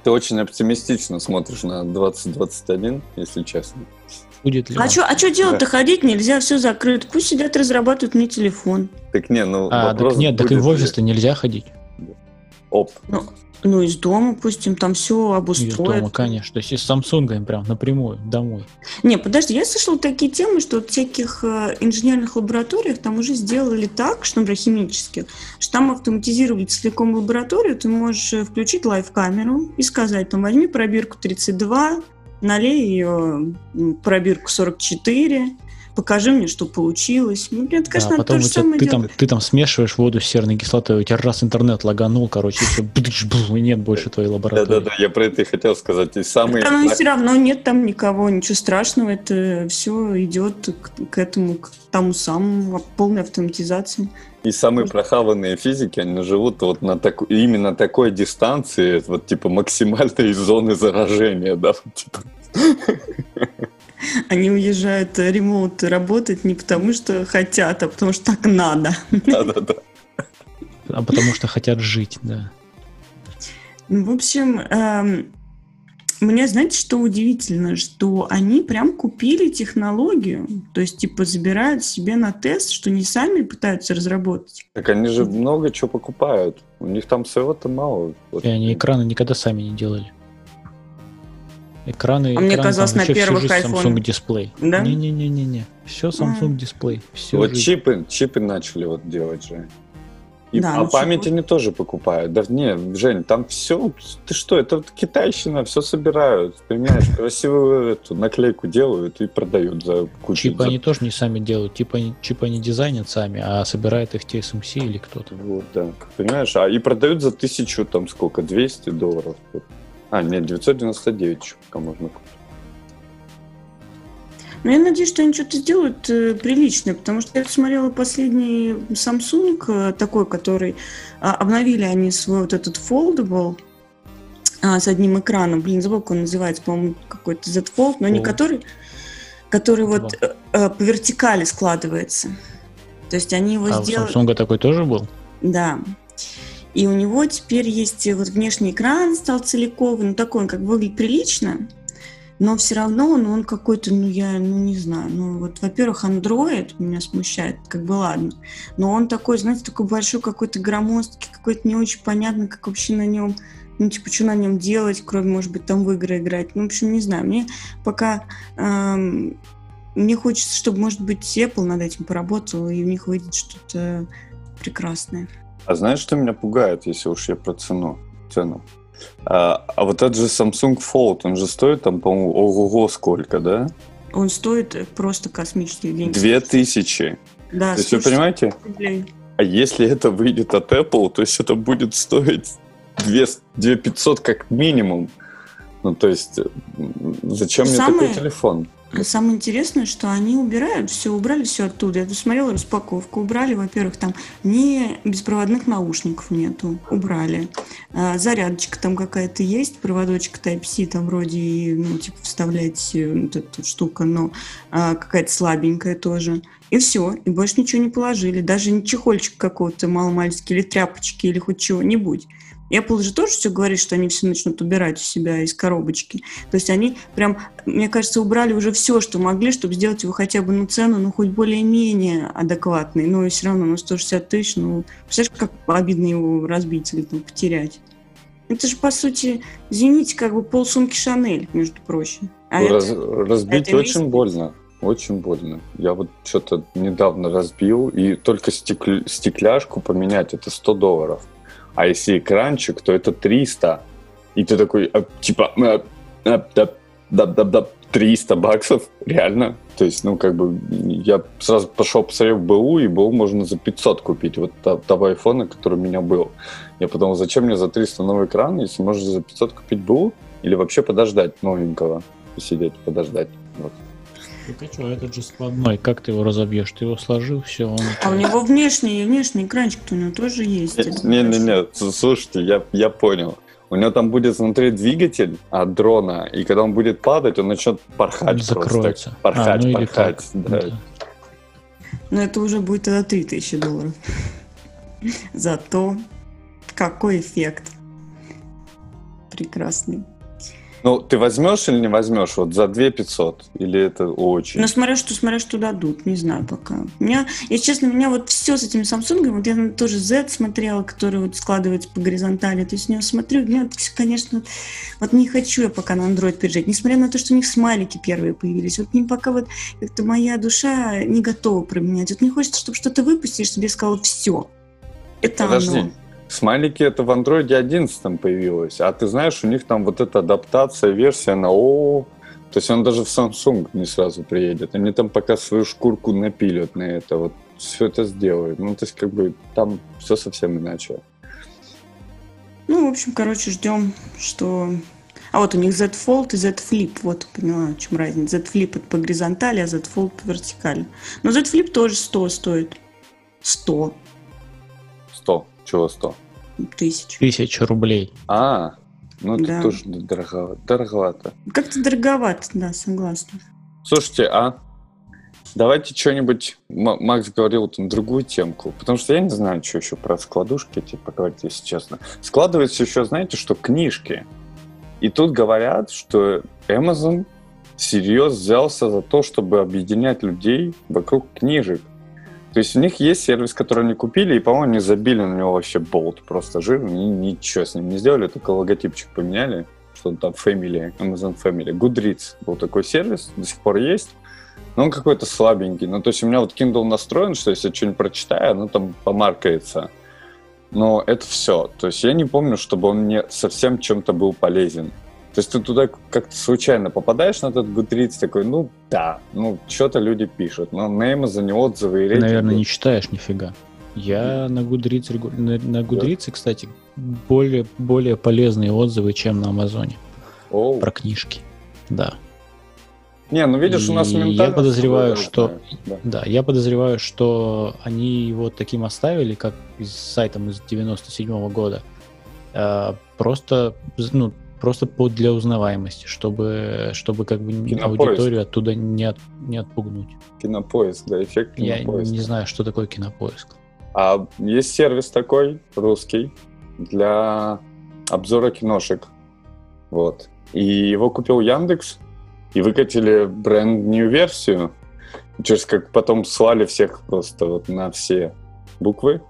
Ты очень оптимистично смотришь на двадцать двадцать один, если честно. Будет ли А он? что а чё делать-то? Да. Ходить нельзя, все закрыто. Пусть сидят, разрабатывают мне телефон. Так не, ну А, вопрос так нет, так и будет в ли- офис-то нельзя ходить. Оп. Ну, ну из дома, пусть им там все Из обустроят. дома, конечно. То есть из Samsung им прям напрямую домой. Не, подожди, я слышала такие темы, что вот в всяких э, инженерных лабораториях там уже сделали так, что, например, химических, что там автоматизировали целиком лабораторию, ты можешь э, включить лайв-камеру и сказать, там, возьми пробирку тридцать два, налей ее м, пробирку сорок четыре, покажи мне, что получилось. Ну, блин, это, Да, конечно, надо потом то у же тебя- самое ты, там, делать. ты там смешиваешь воду с серной кислотой, у тебя раз интернет лаганул, короче, и все, и нет больше твоей лаборатории. Да-да-да, я про это и хотел сказать. И самый... Да, но все равно нет там никого, ничего страшного, это все идет к, к этому, к тому самому, а, полной автоматизации. И самые прохаванные физики, они живут вот на таку... именно такой дистанции, вот типа максимальной зоны заражения, да, вот, типа. Они уезжают э, ремоут работать не потому, что хотят, а потому что так надо. Да-да-да. А потому что хотят жить, да. Ну, в общем, эм, мне, знаете, что удивительно, что они прям купили технологию, то есть, типа, забирают себе на тест, что не сами пытаются разработать. Так они же много чего покупают. У них там своего-то мало. Вот. И они экраны никогда сами не делали. Экраны, А мне экраны казалось, там на вообще всю первых жизнь iPhone. Samsung дисплей. Да? Не-не-не-не-не. Все Samsung дисплей. Всю Вот жизнь. чипы, чипы начали вот делать же. И, Да, а ну память чипы. они тоже покупают. Да не, Жень, там все, ты что, это вот китайщина, все собирают, понимаешь, красивую эту наклейку делают и продают за кучу. Чипы за- они тоже не сами делают. Чипы они, чипы они дизайнят сами, а собирает их ти эс эм си или кто-то. Вот, да, понимаешь, а и продают за тысячу, там сколько, двести долларов. А, нет, девятьсот девяносто девять еще пока можно купить. Но я надеюсь, что они что-то сделают э, приличное, потому что я смотрела последний Samsung, э, такой, который а, обновили они свой вот этот foldable а, с одним экраном. Блин, забыл, как он называется, по-моему, какой-то Z Fold, но не Fold. который, который вот э, э, по вертикали складывается. То есть они его А у сделали... Samsung такой тоже был? Да. И у него теперь есть вот внешний экран, стал целиковый, ну такой он как бы выглядит прилично, но все равно он, он какой-то, ну я, ну не знаю, ну вот, во-первых, Android меня смущает, как бы ладно, но он такой, знаете, такой большой какой-то громоздкий, какой-то не очень понятно, как вообще на нем, ну типа, что на нем делать, кроме, может быть, там в игры играть, ну в общем, не знаю, мне пока... Эм, мне хочется, чтобы, может быть, Apple над этим поработал, и у них выйдет что-то прекрасное. А знаешь, что меня пугает, если уж я про цену? цену? А, а вот этот же Samsung Fold, он же стоит там, по-моему, ого-го сколько, да? Он стоит просто космические деньги. Две тысячи. Да, То есть вы слушайте, понимаете? рублей. А если это выйдет от Apple, то есть это будет стоить две тысячи пятьсот как минимум. Ну, то есть, м, зачем мне Самое- такой телефон? Самое интересное, что они убирают все, убрали все оттуда. Я посмотрела распаковку, убрали, во-первых, там ни беспроводных наушников нету, убрали. А, зарядочка там какая-то есть, проводочек Type-C там вроде, и, ну, типа, вставлять э, вот эту штуку, но а, какая-то слабенькая тоже. И все, и больше ничего не положили. Даже не чехольчик какого-то маломальски, или тряпочки, или хоть чего-нибудь. Apple же тоже все говорит, что они все начнут убирать у себя из коробочки. То есть они прям, мне кажется, убрали уже все, что могли, чтобы сделать его хотя бы на цену, ну, хоть более-менее адекватной. Но и все равно, ну, сто шестьдесят тысяч, ну, представляешь, как обидно его разбить или там потерять. Это же, по сути, извините, как бы полсумки Шанель, между прочим. А Ну, это- раз- разбить это очень весь- больно. Очень больно. Я вот что-то недавно разбил, и только стекль- стекляшку поменять это сто долларов. А если экранчик, то это триста. И ты такой, а, типа, а, а, да, да, да, да, триста баксов? Реально? То есть, ну, как бы, я сразу пошел посмотрел в БУ, и БУ можно за пятьсот купить. Вот та- того айфона, который у меня был. Я подумал, зачем мне за триста новый экран, если можно за пятьсот купить БУ? Или вообще подождать новенького? Посидеть, подождать. Вот. Так а что, этот же складной, как ты его разобьешь? Ты его сложил, все, он... А у него внешний, внешний экранчик-то у него тоже есть. Не-не-не, слушайте, я, я понял. У него там будет внутри двигатель от дрона, и когда он будет падать, он начнет порхать закроется. просто. Порхать, А, ну или порхать. так, Да. да. Но это уже будет тогда три тысячи долларов. Зато какой эффект. прекрасный. Ну, ты возьмешь или не возьмешь? Вот за две тысячи пятьсот? Или это очень? Ну, смотря что, смотря что дадут, не знаю пока. У меня, если честно, у меня вот все с этими Samsung, вот я тоже Z смотрела, который вот складывается по горизонтали, то есть я смотрю, я, конечно, вот не хочу я пока на Android переезжать, несмотря на то, что у них смайлики первые появились, вот мне пока вот как-то моя душа не готова променять. Вот мне хочется, чтобы что-то выпустили, чтобы я сказала все. Это Подожди. оно. Смайлики это в андроиде одиннадцать появилось, а ты знаешь, у них там вот эта адаптация, версия на ООО, то есть он даже в Samsung не сразу приедет. Они там пока свою шкурку напилят на это, вот все это сделают. Ну, то есть как бы там все совсем иначе. Ну, в общем, короче, ждем, что... А вот у них Z Fold и Z Flip, вот, поняла, в чем разница. Z Flip это по горизонтали, а Z Fold по вертикали. Но Z Flip тоже сто стоит. сто. сто. Чего сто? Тысяч. Тысяча рублей. А, ну это Да. тоже дороговато. дороговато. Как-то дороговато, да, согласна. Слушайте, а давайте что-нибудь... М- Макс говорил там другую темку, потому что я не знаю, что еще про складушки, типа, говорить, если честно. Складывается еще, знаете, что книжки. И тут говорят, что Amazon всерьез взялся за то, чтобы объединять людей вокруг книжек. То есть у них есть сервис, который они купили, и, по-моему, они забили на него вообще болт просто жирный, и ничего с ним не сделали, только логотипчик поменяли, что там Family, Amazon Family. Goodreads был такой сервис, до сих пор есть, но он какой-то слабенький. Ну, то есть у меня вот Kindle настроен, что если я что-нибудь прочитаю, оно там помаркается. Но это все. То есть я не помню, чтобы он мне совсем чем-то был полезен. То есть ты туда как-то случайно попадаешь на этот Goodreads, такой, ну да, ну что-то люди пишут, но на Amazon отзывы и Ты, рейтинги. наверное, не читаешь нифига. Я на Goodreads, регу- на, на Goodreads, кстати, более, более полезные отзывы, чем на Амазоне. Оу. Про книжки. Да. Не, ну видишь, у нас И ментально... я подозреваю, с тобой что... разное. Да. Да, я подозреваю, что они его таким оставили, как с сайтом из девяносто седьмого года. Э, просто, ну, просто под для узнаваемости, чтобы, чтобы как бы Кинопоиск. аудиторию оттуда не, от, не отпугнуть. Кинопоиск, да, эффект Я кинопоиска. не знаю, что такое Кинопоиск. А есть сервис такой, русский, для обзора киношек. Вот. И его купил Яндекс, и выкатили бренд-нью версию. Через как потом слали всех просто вот на все буквы.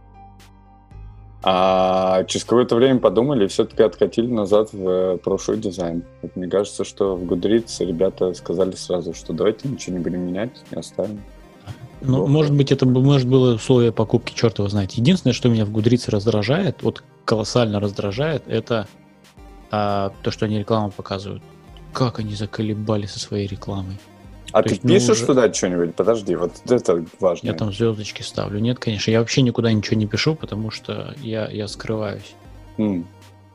А через какое-то время подумали и все-таки откатили назад в прошлый дизайн. Вот мне кажется, что в Goodreads ребята сказали сразу, что давайте ничего не будем менять, не оставим. Ну, Плохо. может быть, это бы- может было условие покупки, черт его знает. Единственное, что меня в Goodreads раздражает, вот колоссально раздражает, это а, то, что они рекламу показывают. Как они заколебали со своей рекламой. А То ты есть, ну, пишешь уже- туда что-нибудь? Подожди, вот это важно. Я там звездочки ставлю. Нет, конечно, я вообще никуда ничего не пишу, потому что я, я скрываюсь. М.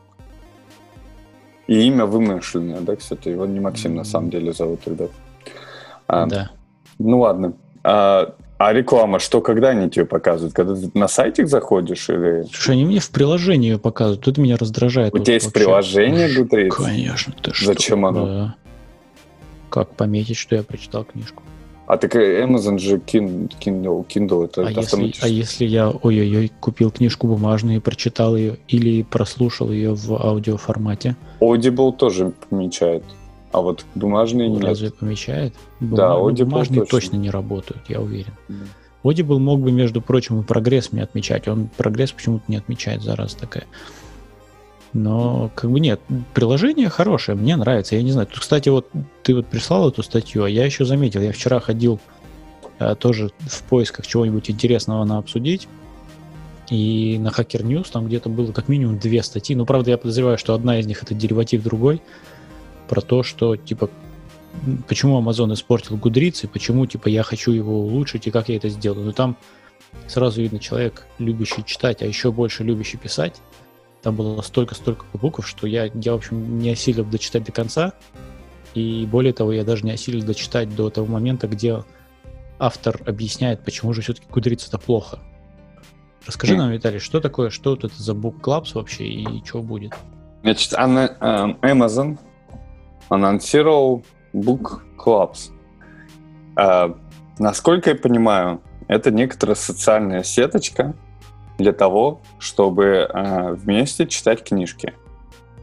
И имя вымышленное, да, кстати? Его не Максим на М. самом деле зовут тогда. А, Да. Ну ладно. А, а реклама, что когда они тебе показывают? Когда ты на сайтик заходишь? Или... Слушай, они мне в приложении ее показывают. Тут меня раздражает. У вот тебя есть вообще. приложение Ж- Goodreads? Конечно, ты что? Зачем оно? Да. Как пометить, что я прочитал книжку? А так Amazon же Kin- Kindle, Kindle это А если, автоматически. а если я, ой-ой-ой, купил книжку бумажную и прочитал ее, или прослушал ее в аудиоформате, Audible тоже помечает. А вот бумажные нет. разве помечает? Да, Бума- ну, Audible бумажные точно. точно не работают, я уверен. М. Audible мог бы, между прочим, и прогресс мне отмечать. Он прогресс почему-то не отмечает, зараза такая. Но, как бы нет, приложение хорошее, мне нравится. Я не знаю. Тут, кстати, вот ты вот прислал эту статью, а я еще заметил, я вчера ходил э, тоже в поисках чего-нибудь интересного на обсудить. И на Hacker News там где-то было как минимум две статьи. Ну, правда, я подозреваю, что одна из них это дериватив другой. Про то, что, типа, м, почему Amazon испортил Goodreads, и почему, типа, я хочу его улучшить, и как я это сделаю. Но там сразу видно человек, любящий читать, а еще больше любящий писать. Там было столько-столько букв, что я, я, в общем, не осилил дочитать до конца. И более того, я даже не осилил дочитать до того момента, где автор объясняет, почему же все-таки Goodreads это плохо. Расскажи Хм. нам, Виталий, что такое, что вот это за Book Clubs вообще и что будет? Значит, она, эм, Amazon анонсировал Book Clubs. А, насколько я понимаю, это некоторая социальная сеточка для того, чтобы а, вместе читать книжки.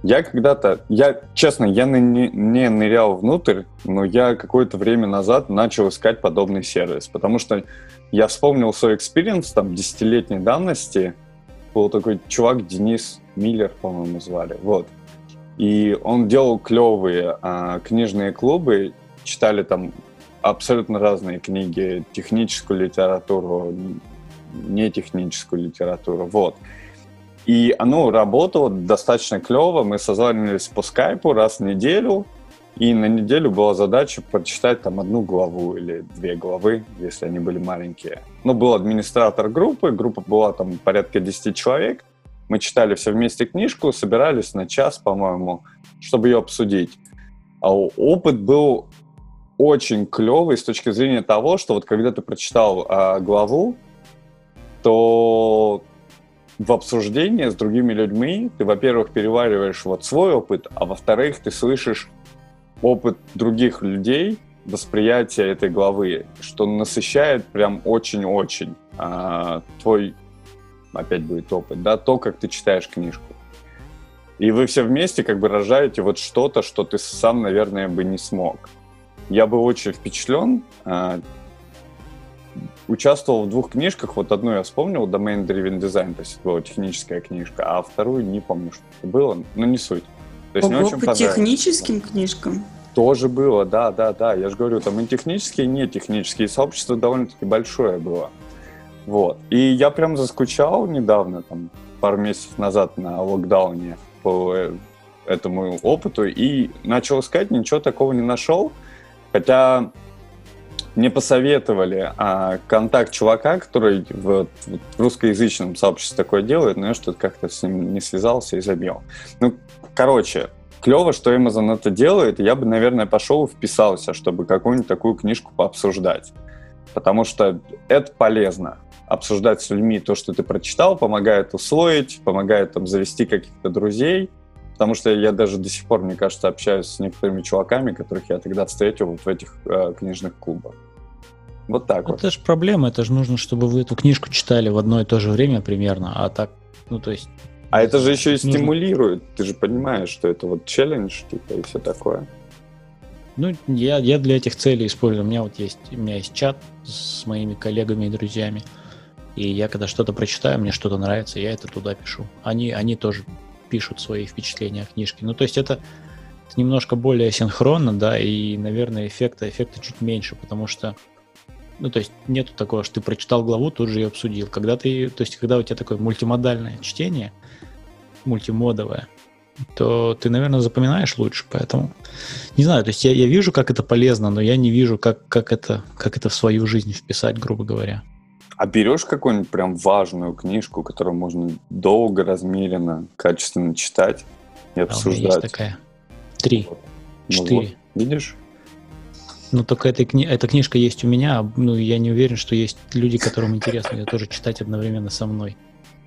Я когда-то, я, честно, я не, не нырял внутрь, но я какое-то время назад начал искать подобный сервис, потому что я вспомнил свой экспириенс там десятилетней давности. Был такой чувак, Денис Миллер, по-моему, звали, вот. И он делал клевые а, книжные клубы, читали там абсолютно разные книги, техническую литературу, нетехническую литературу, вот. И оно работало достаточно клево, мы созванивались по скайпу раз в неделю, и на неделю была задача прочитать там одну главу или две главы, если они были маленькие. Ну, был администратор группы, группа была там порядка десять человек, мы читали все вместе книжку, собирались на час, по-моему, чтобы ее обсудить. А опыт был очень клевый с точки зрения того, что вот когда ты прочитал а, главу, то в обсуждении с другими людьми ты, во-первых, перевариваешь вот свой опыт, а во-вторых, ты слышишь опыт других людей, восприятие этой главы, что насыщает прям очень-очень а, твой, опять будет опыт, да, то, как ты читаешь книжку. И вы все вместе как бы рожаете вот что-то, что ты сам, наверное, бы не смог. Я был очень впечатлен. А, участвовал в двух книжках. Вот одну я вспомнил, Domain Driven Design, то есть это была техническая книжка, а вторую не помню, что это было, но не суть. То есть Ого, мне очень по техническим книжкам? Тоже было, да, да, да. Я же говорю, там и технические, и не технические. Сообщество довольно-таки большое было. Вот. И я прям заскучал недавно, там, пару месяцев назад на локдауне по этому опыту и начал искать, ничего такого не нашел. Хотя мне посоветовали а, контакт чувака, который в, в русскоязычном сообществе такое делает, но я что-то как-то с ним не связался и забил. Ну, короче, клево, что Amazon это делает, и я бы, наверное, пошел и вписался, чтобы какую-нибудь такую книжку пообсуждать. Потому что это полезно. Обсуждать с людьми то, что ты прочитал, помогает усвоить, помогает там завести каких-то друзей. Потому что я даже до сих пор, мне кажется, общаюсь с некоторыми чуваками, которых я тогда встретил вот в этих э, книжных клубах. Вот так это вот. Это же проблема, это же нужно, чтобы вы эту книжку читали в одно и то же время примерно, а так, ну то есть... А это же еще и нужно... стимулирует, ты же понимаешь, что это вот челлендж, типа, и все такое. Ну, я, я для этих целей использую, у меня вот есть, у меня есть чат с моими коллегами и друзьями, и я когда что-то прочитаю, мне что-то нравится, я это туда пишу. Они, они тоже пишут свои впечатления о книжке. Ну, то есть это, это немножко более синхронно, да, и, наверное, эффекта, эффекта чуть меньше, потому что, ну, то есть нету такого, что ты прочитал главу, тут же ее обсудил. Когда ты, то есть когда у тебя такое мультимодальное чтение, мультимодовое, то ты, наверное, запоминаешь лучше, поэтому не знаю, то есть я, я вижу, как это полезно, но я не вижу, как, как, это, как это в свою жизнь вписать, грубо говоря. А берешь какую-нибудь прям важную книжку, которую можно долго, размеренно, качественно читать и обсуждать? А у меня есть такая. Три. Вот. Четыре. Ну вот, видишь? Ну, только эта, кни... эта книжка есть у меня, ну, я не уверен, что есть люди, которым интересно ее тоже читать одновременно со мной.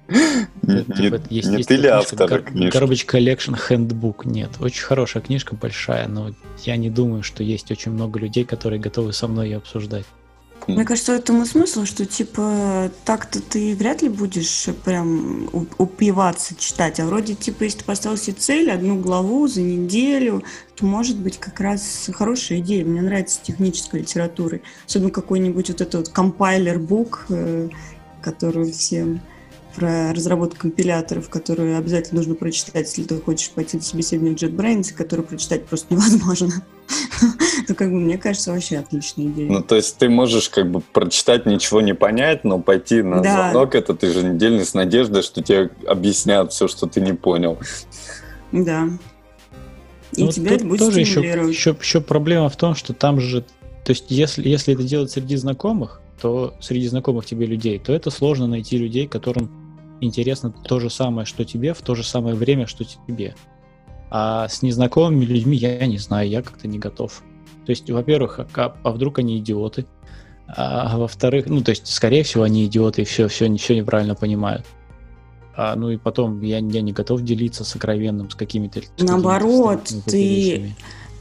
Не ты ли автор книжки? Garbage Collection Handbook. Нет, очень хорошая книжка, большая, но я не думаю, что есть очень много людей, которые готовы со мной ее обсуждать. Мне кажется, этому смысл, что, типа, так-то ты вряд ли будешь прям упиваться читать, а вроде, типа, если ты поставил себе цель, одну главу за неделю, то, может быть, как раз хорошая идея. Мне нравится техническая литература, особенно какой-нибудь вот этот вот компайлер-бук, который всем... про разработку компиляторов, которые обязательно нужно прочитать, если ты хочешь пойти на собеседование в JetBrains, который прочитать просто невозможно. То, как бы, мне кажется, вообще отличная идея. Ну, то есть ты можешь как бы прочитать, ничего не понять, но пойти на да. звонок этот еженедельный с надеждой, что тебе объяснят все, что ты не понял. Да. И ну, тебя это будет тоже стимулировать. Еще, еще, еще проблема в том, что там же... То есть если, если это делать среди знакомых, то среди знакомых тебе людей, то это сложно найти людей, которым интересно то же самое, что тебе, в то же самое время, что тебе. А с незнакомыми людьми я не знаю, я как-то не готов. То есть, во-первых, а, а вдруг они идиоты? А во-вторых, ну, то есть, скорее всего, они идиоты и все, все, все неправильно понимают. А, ну и потом я, я не готов делиться сокровенным с какими-то... Наоборот, с ты...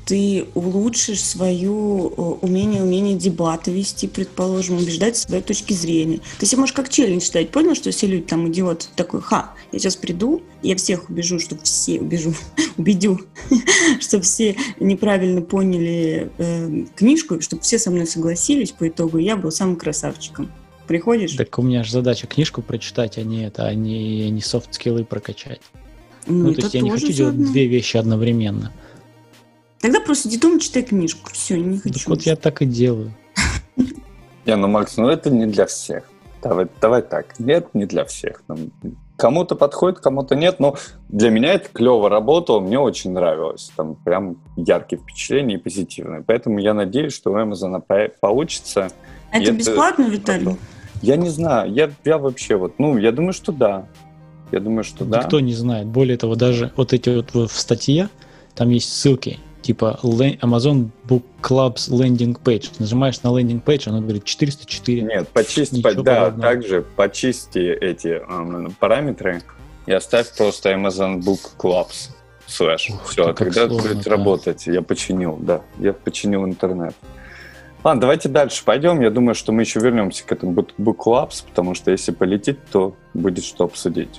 ты улучшишь свое умение, умение дебаты вести, предположим, убеждать своей точки зрения. Ты себе можешь как челлендж ставить. Понял, что все люди там идиот такой, ха, я сейчас приду, я всех убежу, чтобы все убежу, убедю, чтобы все неправильно поняли э, книжку, чтобы все со мной согласились по итогу, и я был самым красавчиком. Приходишь? Так у меня же задача книжку прочитать, а не это, а не, не софт-скиллы прокачать. Ну, ну то есть я не хочу делать заодно. две вещи одновременно. Тогда просто иди дома, читай книжку. Все, не хочу. Так вот я так и делаю. Не, ну, Макс, ну это не для всех. Давай, давай так. Нет, не для всех. Кому-то подходит, кому-то нет. Но для меня это клево работало, мне очень нравилось. Там прям яркие впечатления и позитивные. Поэтому я надеюсь, что у Amazon получится. А это бесплатно, Виталий? Я не знаю. Я, я вообще вот, ну, я думаю, что да. Я думаю, что да. Никто не знает. Более того, даже вот эти вот в статье, там есть ссылки, типа Amazon Book Club's landing page. Нажимаешь на landing page, он говорит четыреста четыре. Нет, почисти, по, да, также почисти эти um, параметры и оставь просто Amazon Book Clubs slash. Ух, все, тогда сложно, будет да. работать. Я починил, да, я починил интернет. Ладно, давайте дальше пойдем. Я думаю, что мы еще вернемся к этому Book Clubs, потому что если полетит, то будет что обсудить.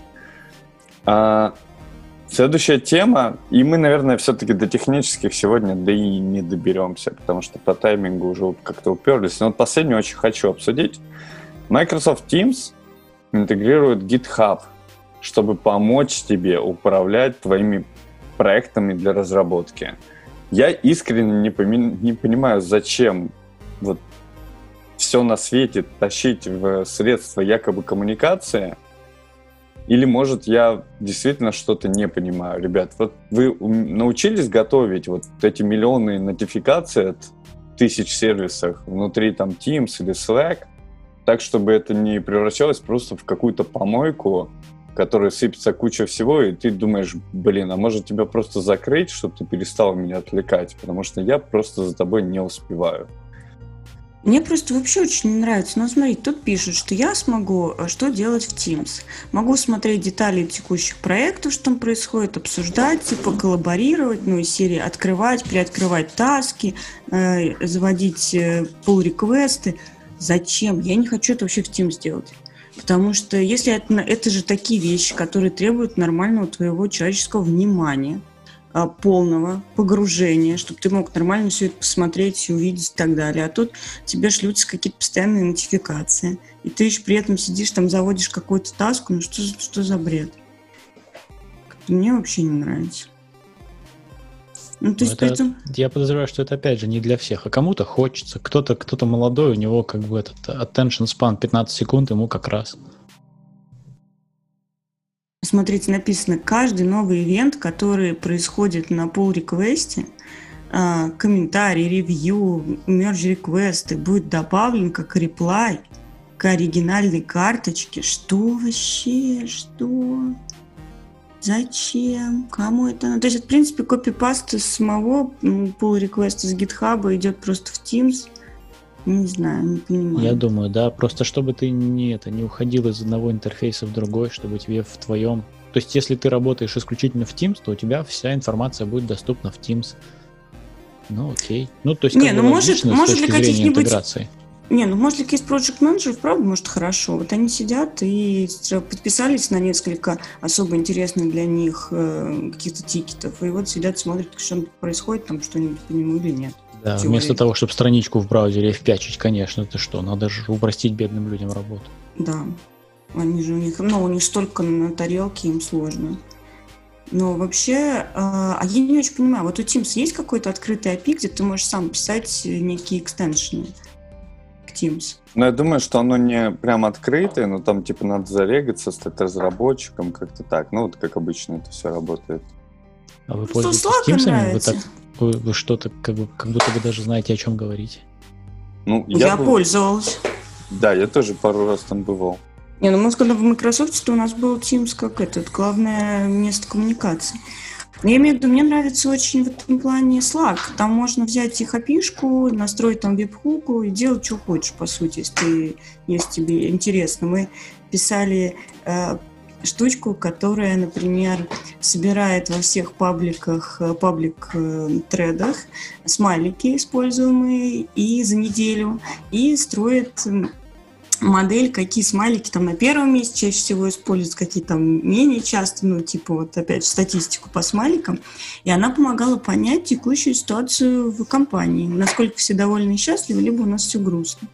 А, следующая тема, и мы, наверное, все-таки до технических сегодня да и не доберемся, потому что по таймингу уже как-то уперлись. Но вот последнюю очень хочу обсудить. Microsoft Teams интегрирует GitHub, чтобы помочь тебе управлять твоими проектами для разработки. Я искренне не, поми- не понимаю, зачем вот все на свете тащить в средства якобы коммуникации. Или, может, я действительно что-то не понимаю. Ребят, вот вы научились готовить вот эти миллионы нотификаций от тысяч сервисов внутри там Teams или Slack, так, чтобы это не превращалось просто в какую-то помойку, в которой сыпется куча всего, и ты думаешь, блин, а может тебя просто закрыть, чтобы ты перестал меня отвлекать, потому что я просто за тобой не успеваю. Мне просто вообще очень не нравится. Ну, смотри, тут пишут, что я смогу что делать в Teams. Могу смотреть детали текущих проектов, что там происходит, обсуждать, типа коллаборировать, ну, из серии открывать, приоткрывать таски, э, заводить э, pull-реквесты. Зачем? Я не хочу это вообще в Teams делать. Потому что если это, это же такие вещи, которые требуют нормального твоего человеческого внимания, полного погружения, чтобы ты мог нормально все это посмотреть, увидеть и так далее. А тут тебе шлются какие-то постоянные нотификации. И ты еще при этом сидишь, там заводишь какую-то таску. Ну что, что за бред? Мне вообще не нравится. Ну, то есть, это, поэтому... Я подозреваю, что это опять же не для всех. А кому-то хочется. Кто-то, кто-то молодой, у него как бы этот attention span пятнадцать секунд, ему как раз. Смотрите, написано, каждый новый ивент, который происходит на pull-реквесте, комментарий, ревью, мердж-реквесты, будет добавлен как реплай к оригинальной карточке. Что вообще? Что? Зачем? Кому это надо? То есть, в принципе, копипаст из самого pull-реквеста с GitHub идет просто в Teams. Не знаю, не понимаю. Я думаю, да, просто чтобы ты не, это, не уходил из одного интерфейса в другой, чтобы тебе в твоем... То есть, если ты работаешь исключительно в Teams, то у тебя вся информация будет доступна в Teams. Ну, окей. Ну, то есть, не, как ну, бы может, логично может с точки ли зрения интеграции. Не, ну, может, ли есть project менеджеров, правда, может, хорошо. Вот они сидят и подписались на несколько особо интересных для них э, каких-то тикетов, и вот сидят, смотрят, что происходит, там что-нибудь по нему или нет. Да, Теория. Вместо того, чтобы страничку в браузере впячить, конечно, это что, надо же упростить бедным людям работу. Да, они же у них, ну, у них столько на тарелке, им сложно. Но вообще, э, а я не очень понимаю, вот у Teams есть какой-то открытый эй пи ай, где ты можешь сам писать некие экстеншены к Teams? Ну, я думаю, что оно не прям открытое, но там, типа, надо зарегаться, стать разработчиком, как-то так. Ну, вот как обычно это все работает. А вы Что, пользуетесь Teams'ами? Вы, так, вы, вы что-то, как, бы, как будто бы даже знаете, о чем говорите. Ну, я я был... пользовалась. Да, я тоже пару раз там бывал. Не, ну мы когда в Microsoft, то у нас был Teams как этот, главное место коммуникации. Я имею в виду, мне нравится очень в этом плане Slack. Там можно взять их эй пи ай-шку, настроить там веб-хуку и делать, что хочешь, по сути, если, ты, если тебе интересно. Мы писали, э, штучку, которая, например, собирает во всех пабликах, паблик-тредах смайлики, используемые и за неделю, и строит модель, какие смайлики там на первом месте чаще всего используются, какие там менее часто, ну, типа вот опять статистику по смайликам. И она помогала понять текущую ситуацию в компании, насколько все довольны и счастливы, либо у нас все грустно.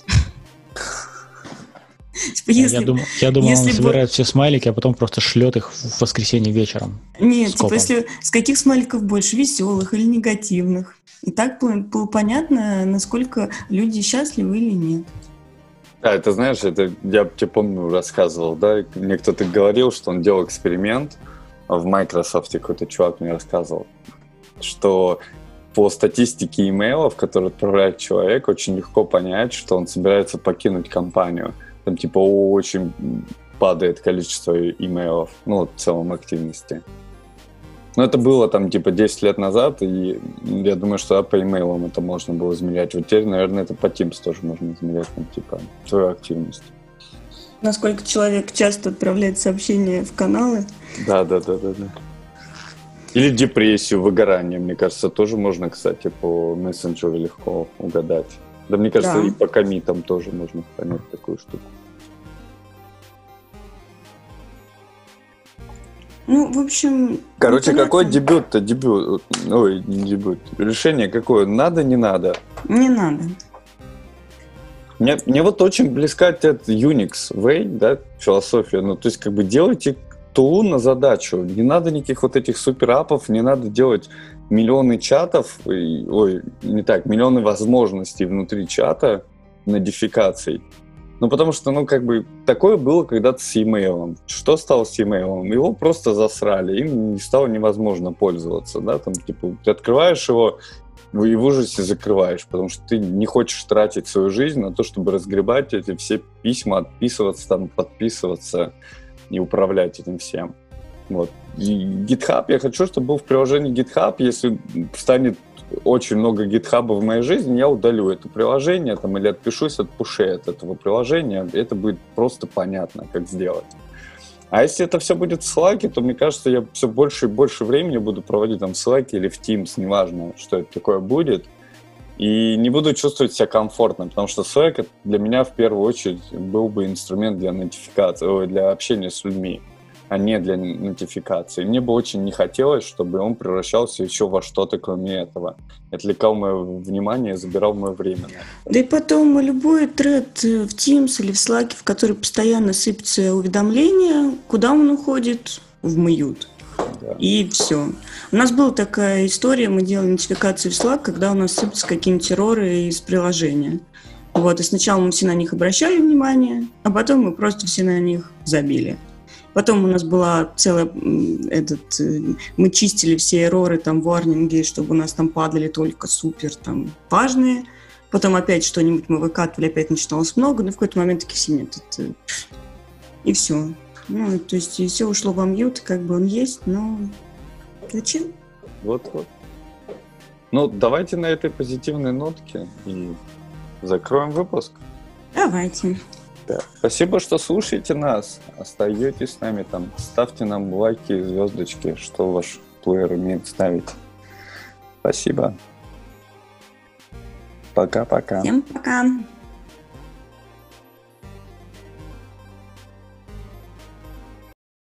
Если, я думал, я думал он собирает бы... все смайлики, а потом просто шлет их в воскресенье вечером. Нет, типа если с каких смайликов больше, веселых или негативных. И так было понятно, насколько люди счастливы или нет. Да, это знаешь, это я тебе помню, рассказывал, да, мне кто-то говорил, что он делал эксперимент в Microsoft, какой-то чувак мне рассказывал, что по статистике имейлов, которые отправляет человек, очень легко понять, что он собирается покинуть компанию. Там типа очень падает количество имейлов, ну, в целом активности. Но это было там типа десять лет назад, и я думаю, что да, по имейлам это можно было измерять. Вот теперь, наверное, это по Teams тоже можно измерять, ну, типа, свою активность. Насколько человек часто отправляет сообщения в каналы. Да, да, да, да, да. Или депрессию, выгорание, мне кажется, тоже можно, кстати, по мессенджеру легко угадать. Да, мне кажется, да. И по коммитам тоже можно понять такую штуку. Ну, в общем... Короче, какой дебют-то? Дебют? Ой, не дебют. Решение какое? Надо, не надо? Не надо. Мне, мне вот очень близка эта Unix way, да, философия. Ну, то есть, как бы делайте тулу на задачу. Не надо никаких вот этих суперапов, не надо делать миллионы чатов, и, ой, не так, миллионы возможностей внутри чата, модификаций. Ну, потому что, ну, как бы, такое было когда-то с e-mail. Что стало с e-mail? Его просто засрали, им не стало невозможно пользоваться, да, там, типа, ты открываешь его, и в ужасе закрываешь, потому что ты не хочешь тратить свою жизнь на то, чтобы разгребать эти все письма, отписываться, там, подписываться и управлять этим всем. Вот. И GitHub, я хочу, чтобы был в приложении GitHub, если станет очень много гитхаба в моей жизни, я удалю это приложение там, или отпишусь от пушей от этого приложения, это будет просто понятно, как сделать. А если это все будет в Slack, то, мне кажется, я все больше и больше времени буду проводить там в Slack или в Teams, неважно, что это такое будет, и не буду чувствовать себя комфортно, потому что Slack для меня в первую очередь был бы инструмент для нотификации, для общения с людьми, а не для нотификации. Мне бы очень не хотелось, чтобы он превращался еще во что-то, кроме этого. Отвлекал мое внимание, забирал мое время. Да и потом любой тред в Teams или в Slack, в который постоянно сыпятся уведомления, куда он уходит? В мьют. Да. И все. У нас была такая история, мы делали нотификации в Slack, когда у нас сыпятся какие-нибудь эрроры из приложения. Вот, и сначала мы все на них обращали внимание, а потом мы просто все на них забили. Потом у нас была целая, этот, мы чистили все эрроры, там, варнинги, чтобы у нас там падали только супер, там, важные. Потом опять что-нибудь мы выкатывали, опять начиналось много, но в какой-то момент таки все нет. Это... И все. Ну, то есть и все ушло во мьют, как бы он есть, но зачем? Вот-вот. Ну, давайте на этой позитивной нотке и закроем выпуск. Давайте. Да. Спасибо, что слушаете нас. Остаетесь с нами там. Ставьте нам лайки, звездочки, что ваш плеер умеет ставить. Спасибо. Пока-пока. Всем пока.